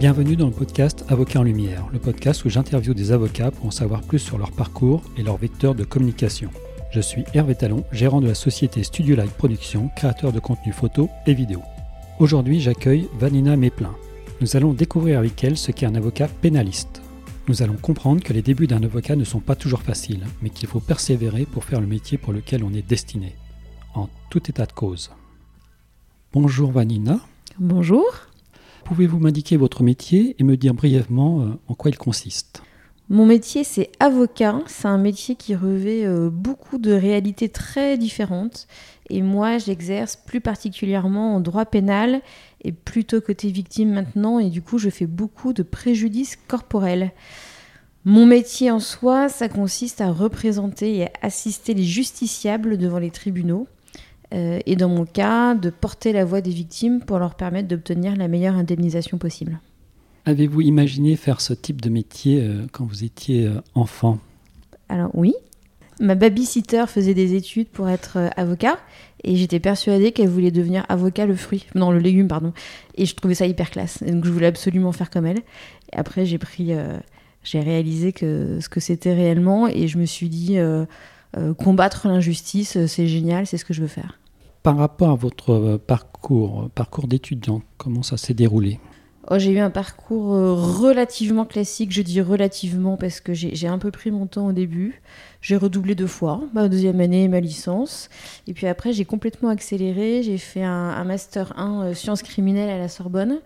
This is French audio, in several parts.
Bienvenue dans le podcast Avocats en Lumière, le podcast où j'interviewe des avocats pour en savoir plus sur leur parcours et leur vecteur de communication. Je suis Hervé Talon, gérant de la société Studio Live Production, créateur de contenu photo et vidéo. Aujourd'hui, j'accueille Vanina Méplin. Nous allons découvrir avec elle ce qu'est un avocat pénaliste. Nous allons comprendre que les débuts d'un avocat ne sont pas toujours faciles, mais qu'il faut persévérer pour faire le métier pour lequel on est destiné, en tout état de cause. Bonjour Vanina. Bonjour. Pouvez-vous m'indiquer votre métier et me dire brièvement en quoi il consiste ? Mon métier, c'est avocat. C'est un métier qui revêt beaucoup de réalités très différentes. Et moi, j'exerce plus particulièrement en droit pénal et plutôt côté victime maintenant. Et du coup, je fais beaucoup de préjudices corporels. Mon métier en soi, ça consiste à représenter et à assister les justiciables devant les tribunaux. Et dans mon cas, de porter la voix des victimes pour leur permettre d'obtenir la meilleure indemnisation possible. Avez-vous imaginé faire ce type de métier quand vous étiez enfant ? Alors oui, ma babysitter faisait des études pour être avocat et j'étais persuadée qu'elle voulait devenir avocat le légume. Et je trouvais ça hyper classe. Et donc je voulais absolument faire comme elle. Et après j'ai réalisé ce que c'était réellement et je me suis dit combattre l'injustice, c'est génial, c'est ce que je veux faire. Par rapport à votre parcours d'étudiant, comment ça s'est déroulé ? J'ai eu un parcours relativement classique, je dis relativement parce que j'ai un peu pris mon temps au début. J'ai redoublé 2 fois, ma deuxième année, ma licence. Et puis après, j'ai complètement accéléré. J'ai fait un Master 1 sciences criminelles à la Sorbonne.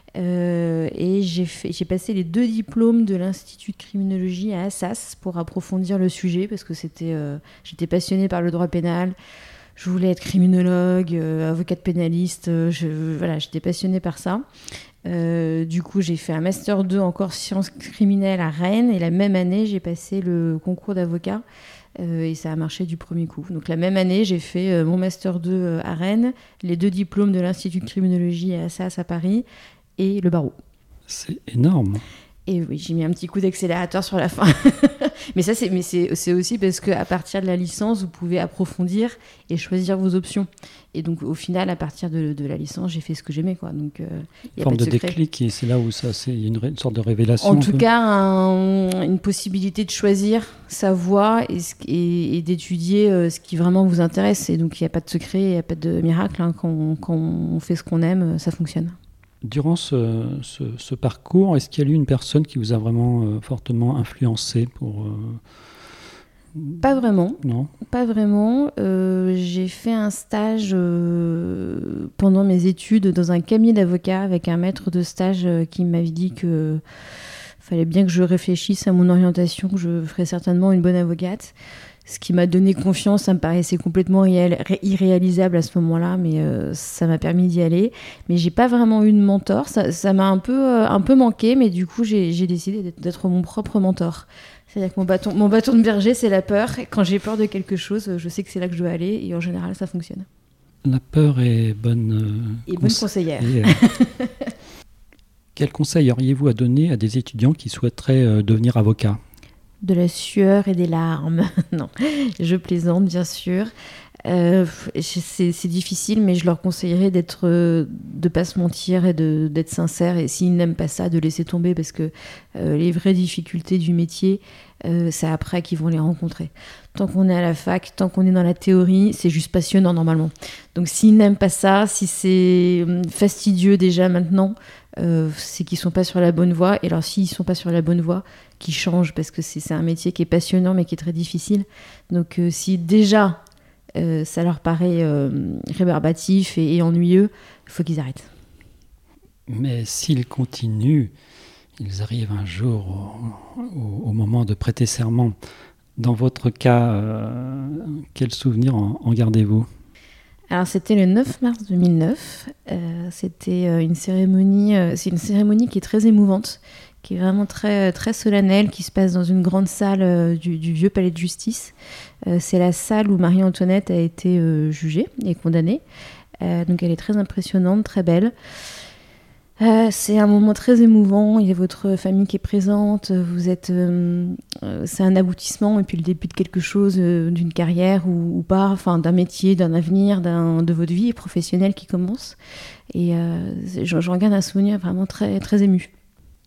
Et j'ai passé les 2 diplômes de l'Institut de criminologie à Assas pour approfondir le sujet parce que j'étais passionnée par le droit pénal. Je voulais être criminologue, avocate pénaliste. J'étais passionnée par ça. Du coup, j'ai fait un Master 2 encore sciences criminelles à Rennes et la même année, j'ai passé le concours d'avocat et ça a marché du premier coup. Donc la même année, j'ai fait mon Master 2 à Rennes, les 2 diplômes de l'Institut de criminologie à Assas à Paris et le barreau. C'est énorme. Et oui, j'ai mis un petit coup d'accélérateur sur la fin. Mais c'est aussi parce qu'à partir de la licence, vous pouvez approfondir et choisir vos options. Et donc, au final, à partir de la licence, j'ai fait ce que j'aimais, quoi. Donc, y a pas de secret. Déclic, et c'est là où c'est une sorte de révélation. En tout cas, une possibilité de choisir sa voie et d'étudier ce qui vraiment vous intéresse. Et donc, il n'y a pas de secret, il n'y a pas de miracle. Hein. Quand on fait ce qu'on aime, ça fonctionne. Durant ce parcours, est-ce qu'il y a eu une personne qui vous a vraiment fortement influencé pour... Pas vraiment. Non. Pas vraiment. J'ai fait un stage pendant mes études dans un cabinet d'avocats avec un maître de stage qui m'avait dit que fallait bien que je réfléchisse à mon orientation, que je ferais certainement une bonne avocate. Ce qui m'a donné confiance, ça me paraissait complètement irréalisable à ce moment-là, mais ça m'a permis d'y aller. Mais j'ai pas vraiment eu de mentor, ça m'a un peu manqué, mais du coup j'ai décidé d'être mon propre mentor. C'est-à-dire que mon bâton de berger, c'est la peur. Et quand j'ai peur de quelque chose, je sais que c'est là que je dois aller, et en général, ça fonctionne. La peur est bonne... bonne conseillère. Quel conseil auriez-vous à donner à des étudiants qui souhaiteraient devenir avocats ? De la sueur et des larmes. Non, je plaisante, bien sûr. C'est difficile, mais je leur conseillerais de ne pas se mentir et d'être sincère. Et s'ils n'aiment pas ça, de laisser tomber parce que les vraies difficultés du métier, c'est après qu'ils vont les rencontrer. Tant qu'on est à la fac, tant qu'on est dans la théorie, c'est juste passionnant normalement. Donc s'ils n'aiment pas ça, si c'est fastidieux déjà maintenant, c'est qu'ils ne sont pas sur la bonne voie. Et alors s'ils ne sont pas sur la bonne voie, qu'ils changent parce que c'est un métier qui est passionnant mais qui est très difficile. Donc si déjà ça leur paraît rébarbatif et ennuyeux, il faut qu'ils arrêtent. Mais s'ils continuent, ils arrivent un jour au moment de prêter serment. Dans votre cas, quel souvenir en gardez-vous ? Alors c'était le 9 mars 2009. C'était une cérémonie. C'est une cérémonie qui est très émouvante, qui est vraiment très, très solennelle, qui se passe dans une grande salle du vieux palais de justice. C'est la salle où Marie-Antoinette a été jugée et condamnée. Donc elle est très impressionnante, très belle. C'est un moment très émouvant, il y a votre famille qui est présente, c'est un aboutissement et puis le début de quelque chose, d'une carrière ou pas, enfin d'un métier, d'un avenir, de votre vie professionnelle qui commence. Et j'en garde un souvenir vraiment très, très ému.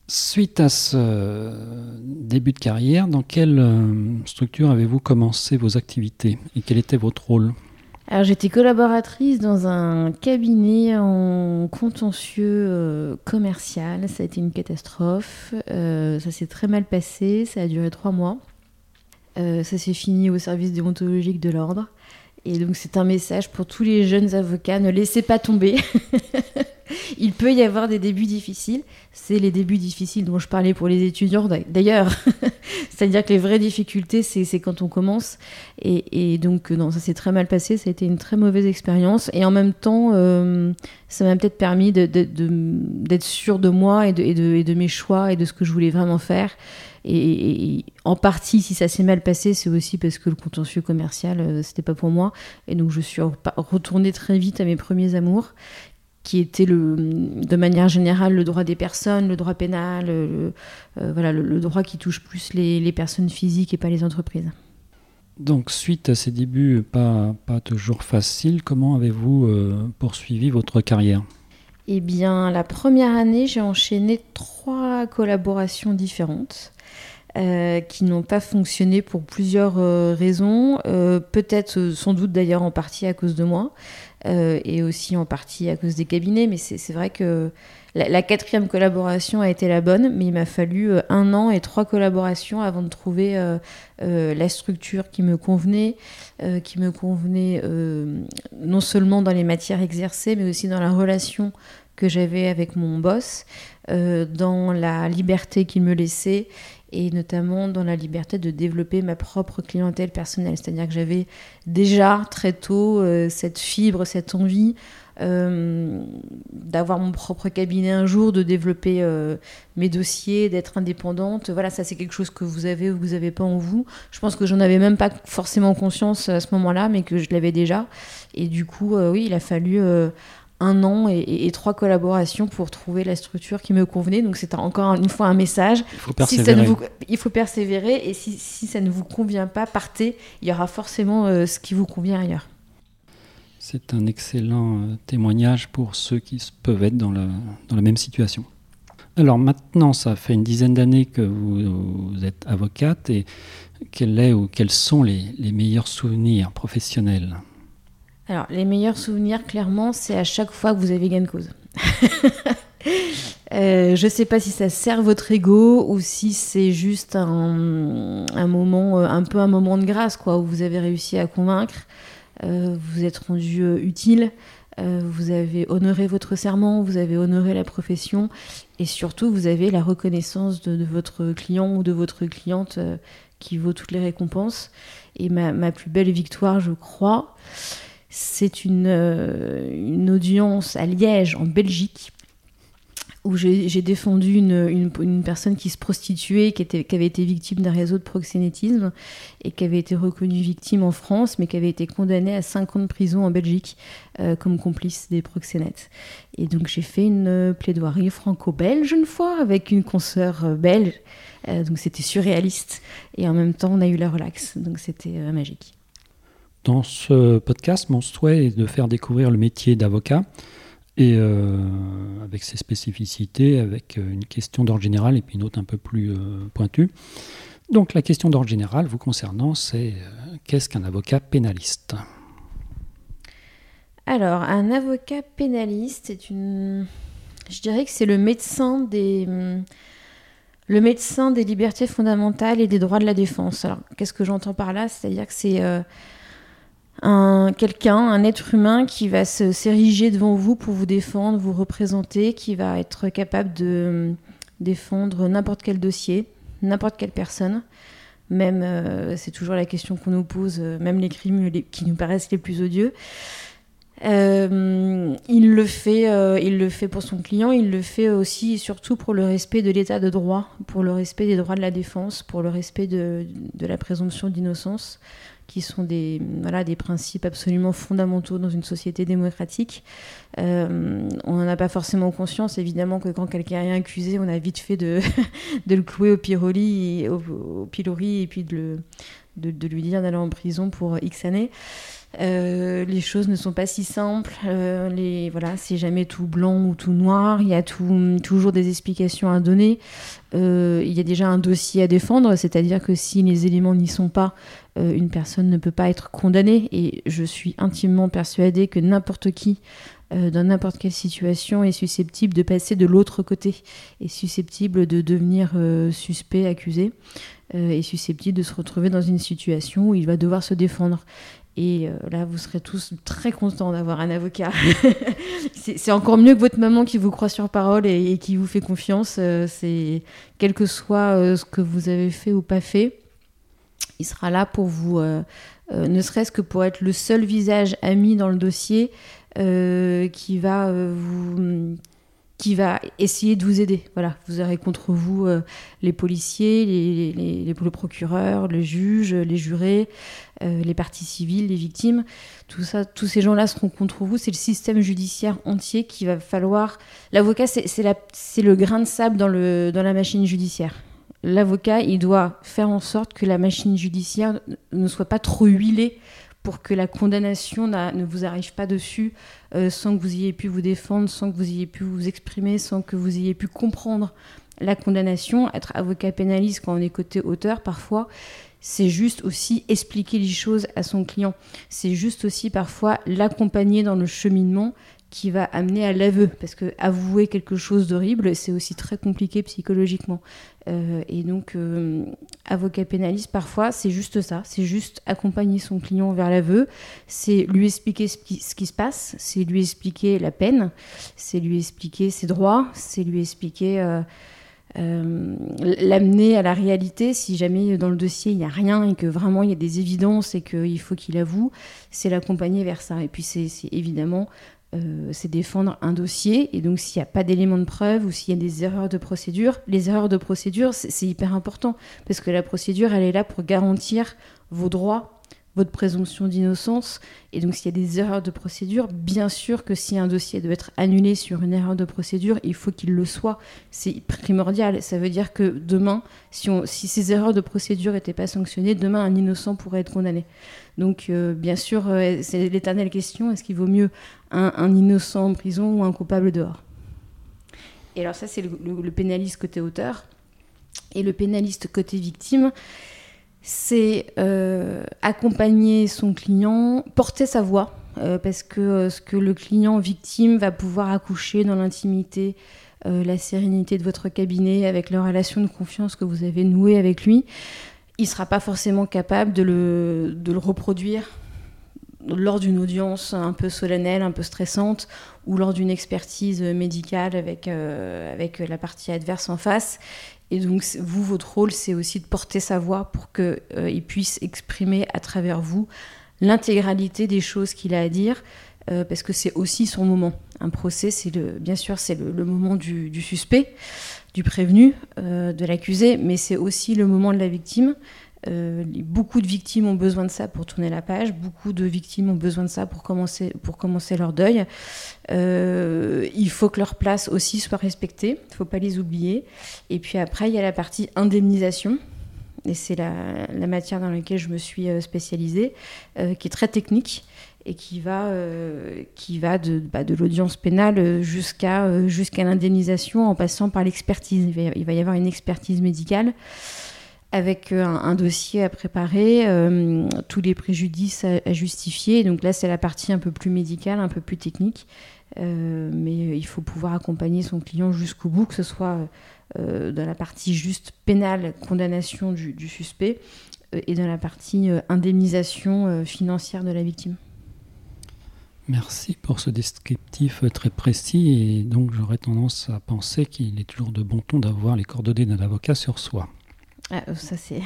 Suite à ce début de carrière, dans quelle structure avez-vous commencé vos activités et quel était votre rôle ? Alors j'étais collaboratrice dans un cabinet en contentieux commercial. Ça a été une catastrophe. Ça s'est très mal passé. Ça a duré 3 mois. Ça s'est fini au service déontologique de l'ordre. Et donc c'est un message pour tous les jeunes avocats, ne laissez pas tomber. Il peut y avoir des débuts difficiles. C'est les débuts difficiles dont je parlais pour les étudiants d'ailleurs. C'est-à-dire que les vraies difficultés, c'est quand on commence. Et donc non, ça s'est très mal passé. Ça a été une très mauvaise expérience. Et en même temps, ça m'a peut-être permis d'être sûre de moi et de mes choix et de ce que je voulais vraiment faire. Et en partie, si ça s'est mal passé, c'est aussi parce que le contentieux commercial, c'était pas pour moi. Et donc, je suis retournée très vite à mes premiers amours, qui étaient de manière générale le droit des personnes, le droit pénal, le droit qui touche plus les personnes physiques et pas les entreprises. Donc, suite à ces débuts pas toujours faciles, comment avez-vous poursuivi votre carrière ? Eh bien, la première année, j'ai enchaîné 3 collaborations différentes. Qui n'ont pas fonctionné pour plusieurs raisons, peut-être sans doute d'ailleurs en partie à cause de moi et aussi en partie à cause des cabinets, mais c'est vrai que la 4e collaboration a été la bonne, mais il m'a fallu 1 an et 3 collaborations avant de trouver la structure qui me convenait non seulement dans les matières exercées, mais aussi dans la relation que j'avais avec mon boss, dans la liberté qu'il me laissait et notamment dans la liberté de développer ma propre clientèle personnelle. C'est-à-dire que j'avais déjà très tôt cette fibre, cette envie d'avoir mon propre cabinet un jour, de développer mes dossiers, d'être indépendante. Voilà, ça c'est quelque chose que vous avez ou que vous n'avez pas en vous. Je pense que j'en avais même pas forcément conscience à ce moment-là, mais que je l'avais déjà. Et du coup, oui, il a fallu 1 an et 3 collaborations pour trouver la structure qui me convenait. Donc c'est encore une fois un message. Il faut persévérer. Il faut persévérer et si ça ne vous convient pas, partez. Il y aura forcément ce qui vous convient ailleurs. C'est un excellent témoignage pour ceux qui peuvent être dans la même situation. Alors maintenant, ça fait une dizaine d'années que vous êtes avocate et quels sont les meilleurs souvenirs professionnels ? Alors, les meilleurs souvenirs, clairement, c'est à chaque fois que vous avez gain de cause. Je ne sais pas si ça sert votre ego ou si c'est juste un moment, un peu un moment de grâce, quoi, où vous avez réussi à convaincre, vous vous êtes rendu utile, vous avez honoré votre serment, vous avez honoré la profession et surtout, vous avez la reconnaissance de votre client ou de votre cliente qui vaut toutes les récompenses. Et ma plus belle victoire, je crois, c'est une audience à Liège, en Belgique, où j'ai défendu une personne qui se prostituait, qui avait été victime d'un réseau de proxénétisme et qui avait été reconnue victime en France, mais qui avait été condamnée à 5 ans de prison en Belgique comme complice des proxénètes. Et donc j'ai fait une plaidoirie franco-belge une fois avec une consoeur belge, donc c'était surréaliste et en même temps on a eu la relaxe, donc c'était magique. Dans ce podcast, mon souhait est de faire découvrir le métier d'avocat et avec ses spécificités, avec une question d'ordre général et puis une autre un peu plus pointue. Donc la question d'ordre général vous concernant, c'est qu'est-ce qu'un avocat pénaliste ? Alors, un avocat pénaliste, je dirais que c'est le médecin des libertés fondamentales et des droits de la défense. Alors, qu'est-ce que j'entends par là ? C'est-à-dire que c'est un être humain qui va s'ériger devant vous pour vous défendre, vous représenter, qui va être capable de défendre n'importe quel dossier, n'importe quelle personne. Même, c'est toujours la question qu'on nous pose, même les crimes qui nous paraissent les plus odieux. Il le fait pour son client, il le fait aussi et surtout pour le respect de l'état de droit, pour le respect des droits de la défense, pour le respect de la présomption d'innocence, qui sont des principes absolument fondamentaux dans une société démocratique. On n'en a pas forcément conscience, évidemment, que quand quelqu'un est accusé, on a vite fait de le clouer au pilori et puis de lui dire d'aller en prison pour X années. les choses ne sont pas si simples. C'est jamais tout blanc ou tout noir. Il y a toujours des explications à donner. Il y a déjà un dossier à défendre, c'est-à-dire que si les éléments n'y sont pas, une personne ne peut pas être condamnée. Et je suis intimement persuadée que n'importe qui, dans n'importe quelle situation, est susceptible de passer de l'autre côté, est susceptible de devenir suspect, accusé, est susceptible de se retrouver dans une situation où il va devoir se défendre. Et là, vous serez tous très contents d'avoir un avocat. C'est encore mieux que votre maman qui vous croit sur parole et qui vous fait confiance. C'est quel que soit ce que vous avez fait ou pas fait, il sera là pour vous, ne serait-ce que pour être le seul visage ami dans le dossier qui va essayer de vous aider. Voilà, vous aurez contre vous les policiers, le procureur, le juge, les jurés, les parties civiles, les victimes. Tout ça, tous ces gens-là seront contre vous. C'est le système judiciaire entier qui va falloir... L'avocat, c'est le grain de sable dans la machine judiciaire. L'avocat, il doit faire en sorte que la machine judiciaire ne soit pas trop huilée pour que la condamnation ne vous arrive pas dessus sans que vous ayez pu vous défendre, sans que vous ayez pu vous exprimer, sans que vous ayez pu comprendre la condamnation. Être avocat pénaliste quand on est côté auteur, parfois, c'est juste aussi expliquer les choses à son client. C'est juste aussi parfois l'accompagner dans le cheminement qui va amener à l'aveu, parce que avouer quelque chose d'horrible, c'est aussi très compliqué psychologiquement. Et donc, avocat pénaliste, parfois, c'est juste ça, c'est juste accompagner son client vers l'aveu, c'est lui expliquer ce qui se passe, c'est lui expliquer la peine, c'est lui expliquer ses droits, c'est lui expliquer... l'amener à la réalité. Si jamais dans le dossier il n'y a rien et que vraiment il y a des évidences et qu'il faut qu'il avoue, c'est l'accompagner vers ça. Et puis c'est évidemment c'est défendre un dossier, et donc s'il n'y a pas d'éléments de preuve ou s'il y a des erreurs de procédure, les erreurs de procédure c'est hyper important, parce que la procédure elle est là pour garantir vos droits, votre présomption d'innocence. Et donc s'il y a des erreurs de procédure, bien sûr que si un dossier doit être annulé sur une erreur de procédure, il faut qu'il le soit. C'est primordial. Ça veut dire que demain, si ces erreurs de procédure n'étaient pas sanctionnées, demain un innocent pourrait être condamné. Donc bien sûr, c'est l'éternelle question, est-ce qu'il vaut mieux un innocent en prison ou un coupable dehors? Et alors ça, c'est le pénaliste côté auteur. Et le pénaliste côté victime, c'est accompagner son client, porter sa voix, parce que ce que le client victime va pouvoir accoucher dans l'intimité, la sérénité de votre cabinet, avec la relation de confiance que vous avez nouée avec lui, il ne sera pas forcément capable de le reproduire lors d'une audience un peu solennelle, un peu stressante, ou lors d'une expertise médicale avec la partie adverse en face. Et donc, votre rôle, c'est aussi de porter sa voix pour qu'il puisse exprimer à travers vous l'intégralité des choses qu'il a à dire, parce que c'est aussi son moment. Un procès, bien sûr, c'est le moment du suspect, du prévenu, de l'accusé, mais c'est aussi le moment de la victime. Beaucoup de victimes ont besoin de ça pour tourner la page, beaucoup de victimes ont besoin de ça pour commencer leur deuil. Il faut que leur place aussi soit respectée, il ne faut pas les oublier. Et puis après, il y a la partie indemnisation, et c'est la matière dans laquelle je me suis spécialisée, qui est très technique et qui va de l'audience pénale jusqu'à l'indemnisation, en passant par l'expertise. Il va y avoir une expertise médicale avec un dossier à préparer, tous les préjudices à justifier. Donc là, c'est la partie un peu plus médicale, un peu plus technique. Mais il faut pouvoir accompagner son client jusqu'au bout, que ce soit dans la partie juste pénale, condamnation du suspect, et dans la partie indemnisation financière de la victime. Merci pour ce descriptif très précis. Et donc, j'aurais tendance à penser qu'il est toujours de bon ton d'avoir les coordonnées d'un avocat sur soi. Ah, ça c'est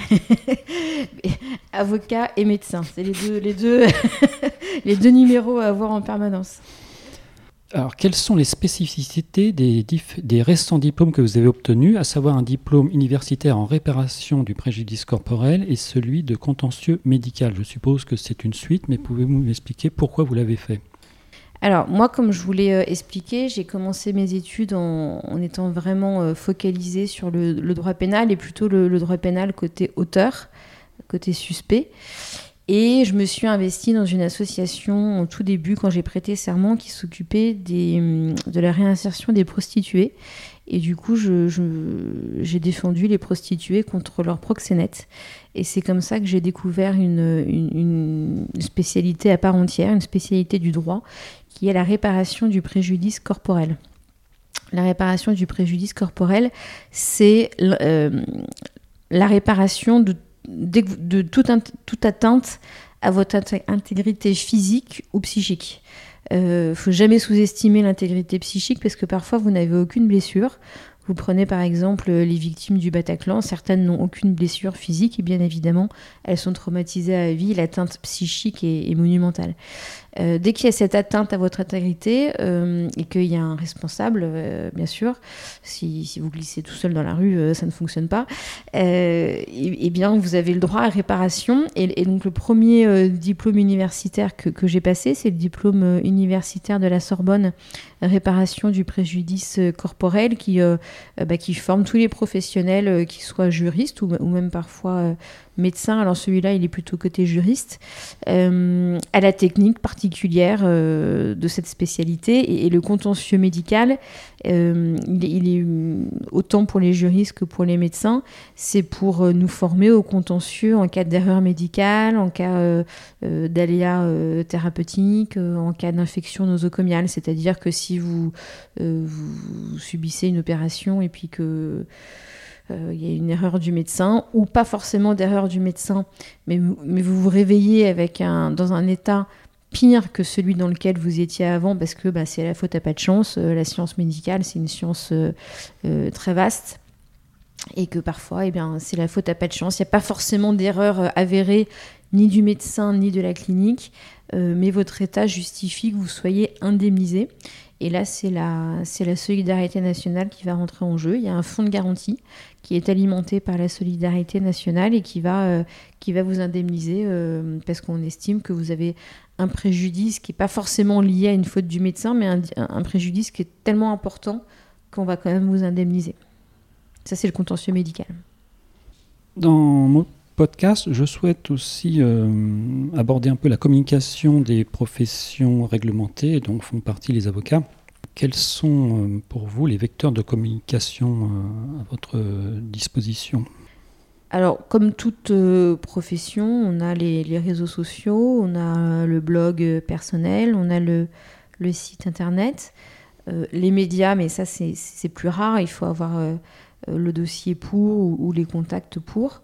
avocat et médecin, c'est les deux les deux numéros à avoir en permanence. Alors, quelles sont les spécificités des récents diplômes que vous avez obtenus, à savoir un diplôme universitaire en réparation du préjudice corporel et celui de contentieux médical? Je suppose que c'est une suite, mais pouvez-vous m'expliquer pourquoi vous l'avez fait? Alors, moi, comme je vous l'ai expliqué, j'ai commencé mes études en étant vraiment focalisée sur le droit pénal, et plutôt le droit pénal côté auteur, côté suspect. Et je me suis investie dans une association au tout début, quand j'ai prêté serment, qui s'occupait de la réinsertion des prostituées. Et du coup, j'ai défendu les prostituées contre leurs proxénètes. Et c'est comme ça que j'ai découvert une spécialité à part entière, une spécialité du droit, qui est la réparation du préjudice corporel. La réparation du préjudice corporel, c'est la réparation de toute atteinte à votre intégrité physique ou psychique. Faut jamais sous-estimer l'intégrité psychique parce que parfois vous n'avez aucune blessure. Vous prenez par exemple les victimes du Bataclan, certaines n'ont aucune blessure physique et bien évidemment elles sont traumatisées à vie, l'atteinte psychique est monumentale. Dès qu'il y a cette atteinte à votre intégrité et qu'il y a un responsable, bien sûr, si vous glissez tout seul dans la rue, ça ne fonctionne pas, et bien vous avez le droit à réparation. Et donc le premier diplôme universitaire que j'ai passé, c'est le diplôme universitaire de la Sorbonne, réparation du préjudice corporel, qui forme tous les professionnels, qui soient juristes ou même parfois médecin. Alors celui-là, il est plutôt côté juriste, à la technique particulière de cette spécialité. Et le contentieux médical, il est autant pour les juristes que pour les médecins. C'est pour nous former au contentieux en cas d'erreur médicale, en cas d'aléa thérapeutique, en cas d'infection nosocomiale. C'est-à-dire que si vous subissez une opération et puis que il y a une erreur du médecin, ou pas forcément d'erreur du médecin, mais vous vous réveillez dans un état pire que celui dans lequel vous étiez avant, parce que c'est la faute à pas de chance. La science médicale, c'est une science très vaste, et que parfois, c'est la faute à pas de chance. Il n'y a pas forcément d'erreur avérée, ni du médecin, ni de la clinique, mais votre état justifie que vous soyez indemnisé. Et là, c'est la solidarité nationale qui va rentrer en jeu. Il y a un fonds de garantie qui est alimenté par la solidarité nationale et qui va vous indemniser parce qu'on estime que vous avez un préjudice qui n'est pas forcément lié à une faute du médecin, mais un préjudice qui est tellement important qu'on va quand même vous indemniser. Ça, c'est le contentieux médical. Dans mon podcast, je souhaite aussi aborder un peu la communication des professions réglementées, dont font partie les avocats. Quels sont pour vous les vecteurs de communication à votre disposition ? Alors, comme toute profession, on a les réseaux sociaux, on a le blog personnel, on a le site internet, les médias, mais ça c'est plus rare, il faut avoir le dossier pour ou les contacts pour.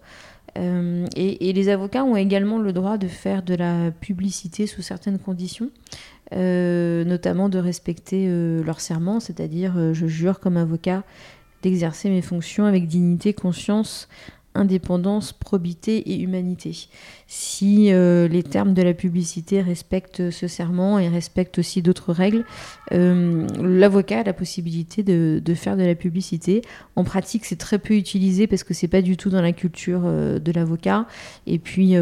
Et les avocats ont également le droit de faire de la publicité sous certaines conditions, notamment de respecter leur serment, c'est-à-dire je jure comme avocat d'exercer mes fonctions avec dignité, conscience, indépendance, probité et humanité. Si les termes de la publicité respectent ce serment et respectent aussi d'autres règles, l'avocat a la possibilité de faire de la publicité. En pratique, c'est très peu utilisé parce que c'est pas du tout dans la culture de l'avocat. Et puis,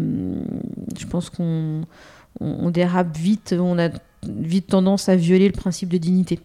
je pense qu'on dérape vite, on a vite tendance à violer le principe de dignité.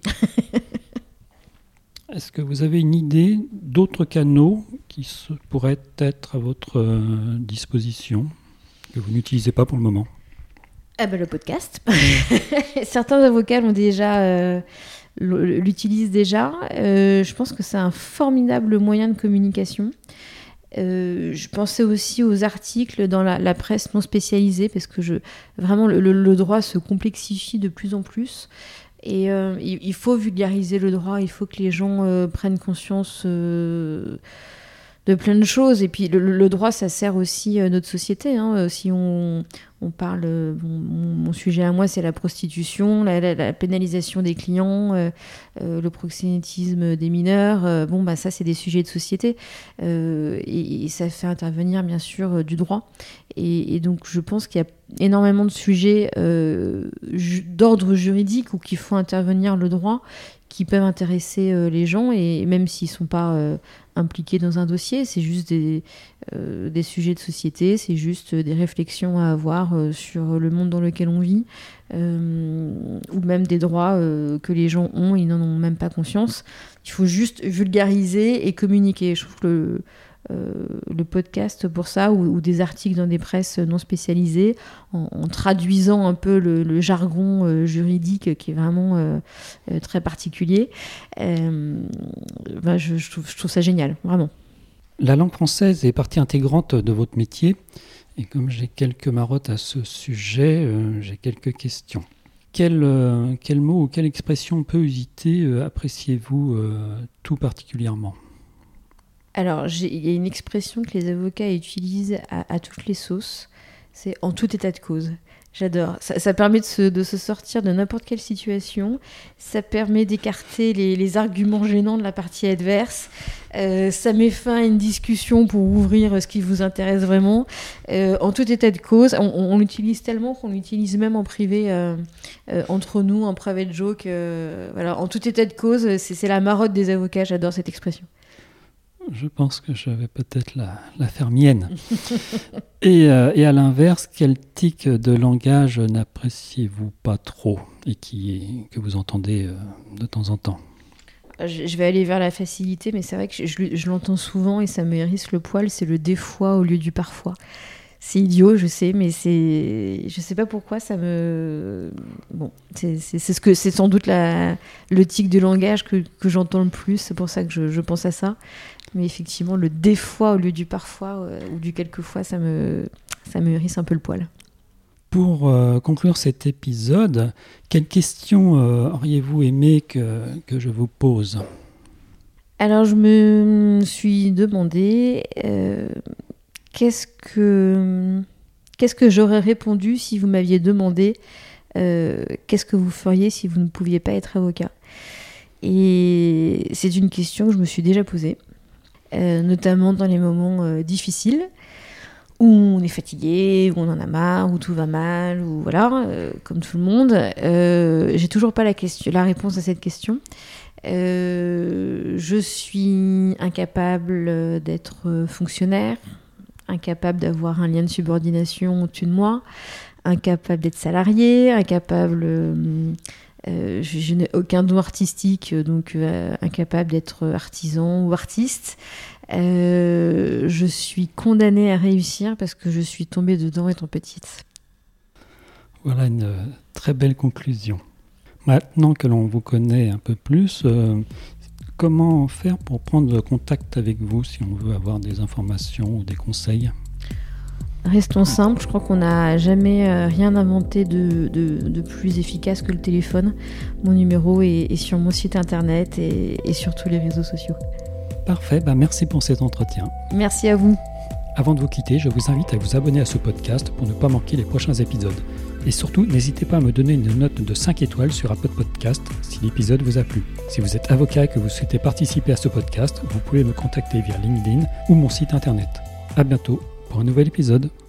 Est-ce que vous avez une idée d'autres canaux qui pourraient être à votre disposition, que vous n'utilisez pas pour le moment ? Le podcast. Certains avocats l'utilisent déjà. Je pense que c'est un formidable moyen de communication. Je pensais aussi aux articles dans la presse non spécialisée, parce que vraiment le droit se complexifie de plus en plus. Et il faut vulgariser le droit, il faut que les gens prennent conscience de plein de choses. Et puis le droit, ça sert aussi notre société. Si on parle, mon sujet à moi, c'est la prostitution, la pénalisation des clients, le proxénétisme des mineurs. Ça, c'est des sujets de société. Et ça fait intervenir, bien sûr, du droit. Et donc, je pense qu'il y a énormément de sujets d'ordre juridique où qu'il faut intervenir le droit, qui peuvent intéresser les gens, et même s'ils ne sont pas impliqués dans un dossier, c'est juste des sujets de société, c'est juste des réflexions à avoir sur le monde dans lequel on vit, ou même des droits que les gens ont, ils n'en ont même pas conscience. Il faut juste vulgariser et communiquer. Je trouve que le podcast pour ça, ou des articles dans des presses non spécialisées, en traduisant un peu le jargon juridique qui est vraiment très particulier. Je trouve ça génial, vraiment. La langue française est partie intégrante de votre métier. Et comme j'ai quelques marottes à ce sujet, j'ai quelques questions. Quel mot ou quelle expression peu usitée appréciez-vous tout particulièrement ? Alors, il y a une expression que les avocats utilisent à toutes les sauces, c'est en tout état de cause. J'adore. Ça permet de se sortir de n'importe quelle situation. Ça permet d'écarter les arguments gênants de la partie adverse. Ça met fin à une discussion pour ouvrir ce qui vous intéresse vraiment. En tout état de cause, on l'utilise tellement qu'on l'utilise même en privé, entre nous, en private joke. Voilà. En tout état de cause, c'est la marotte des avocats. J'adore cette expression. Je pense que je vais peut-être la faire mienne. Et à l'inverse, quel tic de langage n'appréciez-vous pas trop et que vous entendez de temps en temps ? Je vais aller vers la facilité, mais c'est vrai que je l'entends souvent et ça me hérisse le poil, c'est le des fois au lieu du parfois. C'est idiot, je sais, mais je sais pas pourquoi ça me... Bon, c'est sans doute le tic de langage que j'entends le plus, c'est pour ça que je pense à ça. Mais effectivement, le des fois au lieu du parfois ou du quelquefois, ça me hérisse un peu le poil. Pour conclure cet épisode, quelles questions auriez-vous aimé que je vous pose ? Alors, je me suis demandé qu'est-ce que j'aurais répondu si vous m'aviez demandé qu'est-ce que vous feriez si vous ne pouviez pas être avocat ? Et c'est une question que je me suis déjà posée. Notamment dans les moments difficiles où on est fatigué, où on en a marre, où tout va mal, ou voilà, comme tout le monde. J'ai toujours pas la réponse à cette question. Je suis incapable d'être fonctionnaire, incapable d'avoir un lien de subordination au-dessus de moi, incapable d'être salarié, incapable... je n'ai aucun don artistique, donc incapable d'être artisan ou artiste. Je suis condamnée à réussir parce que je suis tombée dedans étant petite. Voilà une très belle conclusion. Maintenant que l'on vous connaît un peu plus, comment faire pour prendre contact avec vous si on veut avoir des informations ou des conseils ? Restons simples, je crois qu'on n'a jamais rien inventé de plus efficace que le téléphone. Mon numéro est sur mon site internet et sur tous les réseaux sociaux. Parfait, merci pour cet entretien. Merci à vous. Avant de vous quitter, je vous invite à vous abonner à ce podcast pour ne pas manquer les prochains épisodes. Et surtout, n'hésitez pas à me donner une note de 5 étoiles sur Apple Podcast si l'épisode vous a plu. Si vous êtes avocat et que vous souhaitez participer à ce podcast, vous pouvez me contacter via LinkedIn ou mon site internet. À bientôt pour un nouvel épisode.